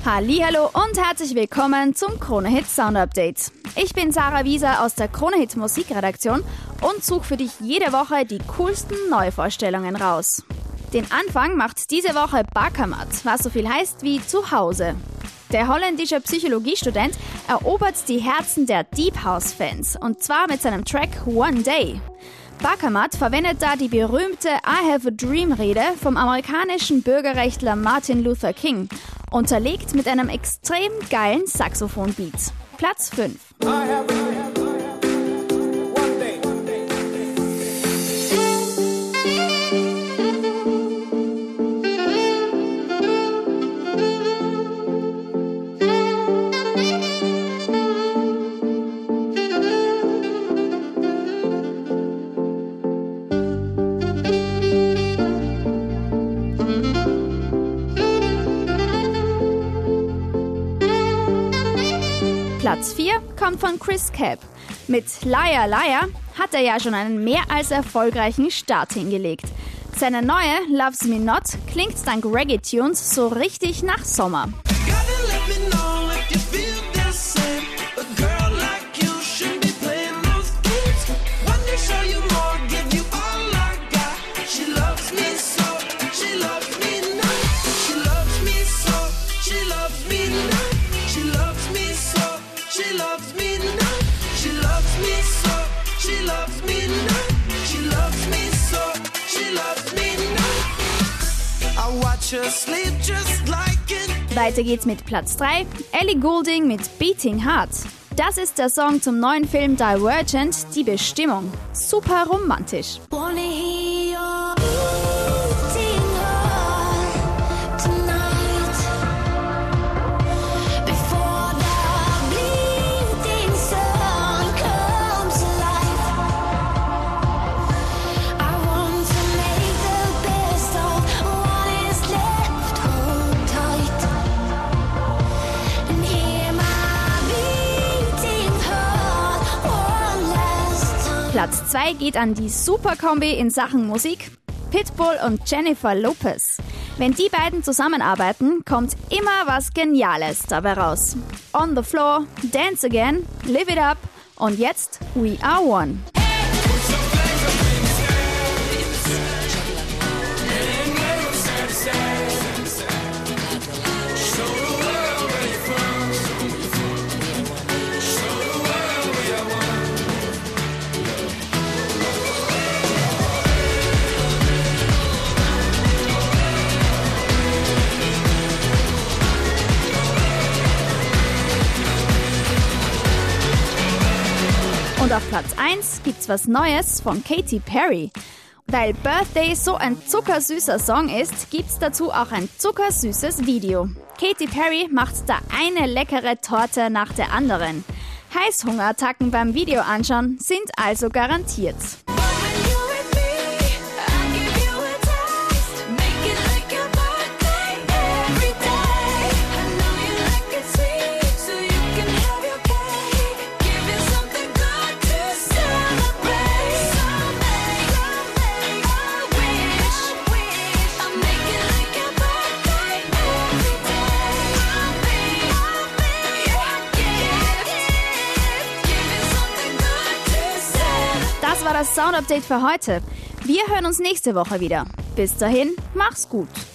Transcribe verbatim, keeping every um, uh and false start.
Hallihallo und herzlich willkommen zum Krone-Hit Sound Update. Ich bin Sarah Wieser aus der Krone-Hit Musikredaktion und suche für dich jede Woche die coolsten Neuvorstellungen raus. Den Anfang macht diese Woche Bakermat, was so viel heißt wie Zuhause. Der holländische Psychologiestudent erobert die Herzen der Deep House-Fans und zwar mit seinem Track One Day. Bakermat verwendet da die berühmte I Have a Dream-Rede vom amerikanischen Bürgerrechtler Martin Luther King, unterlegt mit einem extrem geilen Saxophon-Beat. Platz fünf. Platz vier kommt von Chris Cap. Mit Liar Liar hat er ja schon einen mehr als erfolgreichen Start hingelegt. Seine neue Loves Me Not klingt dank Reggae-Tunes so richtig nach Sommer. Weiter geht's mit Platz drei, Ellie Goulding mit Beating Heart. Das ist der Song zum neuen Film Divergent, Die Bestimmung. Super romantisch. Platz zwei geht an die Superkombi in Sachen Musik, Pitbull und Jennifer Lopez. Wenn die beiden zusammenarbeiten, kommt immer was Geniales dabei raus. On the Floor, Dance Again, Live It Up und jetzt We Are One. Und auf Platz eins gibt's was Neues von Katy Perry. Weil Birthday so ein zuckersüßer Song ist, gibt's dazu auch ein zuckersüßes Video. Katy Perry macht da eine leckere Torte nach der anderen. Heißhungerattacken beim Video anschauen sind also garantiert. Das war das Sound Update für heute. Wir hören uns nächste Woche wieder. Bis dahin, mach's gut.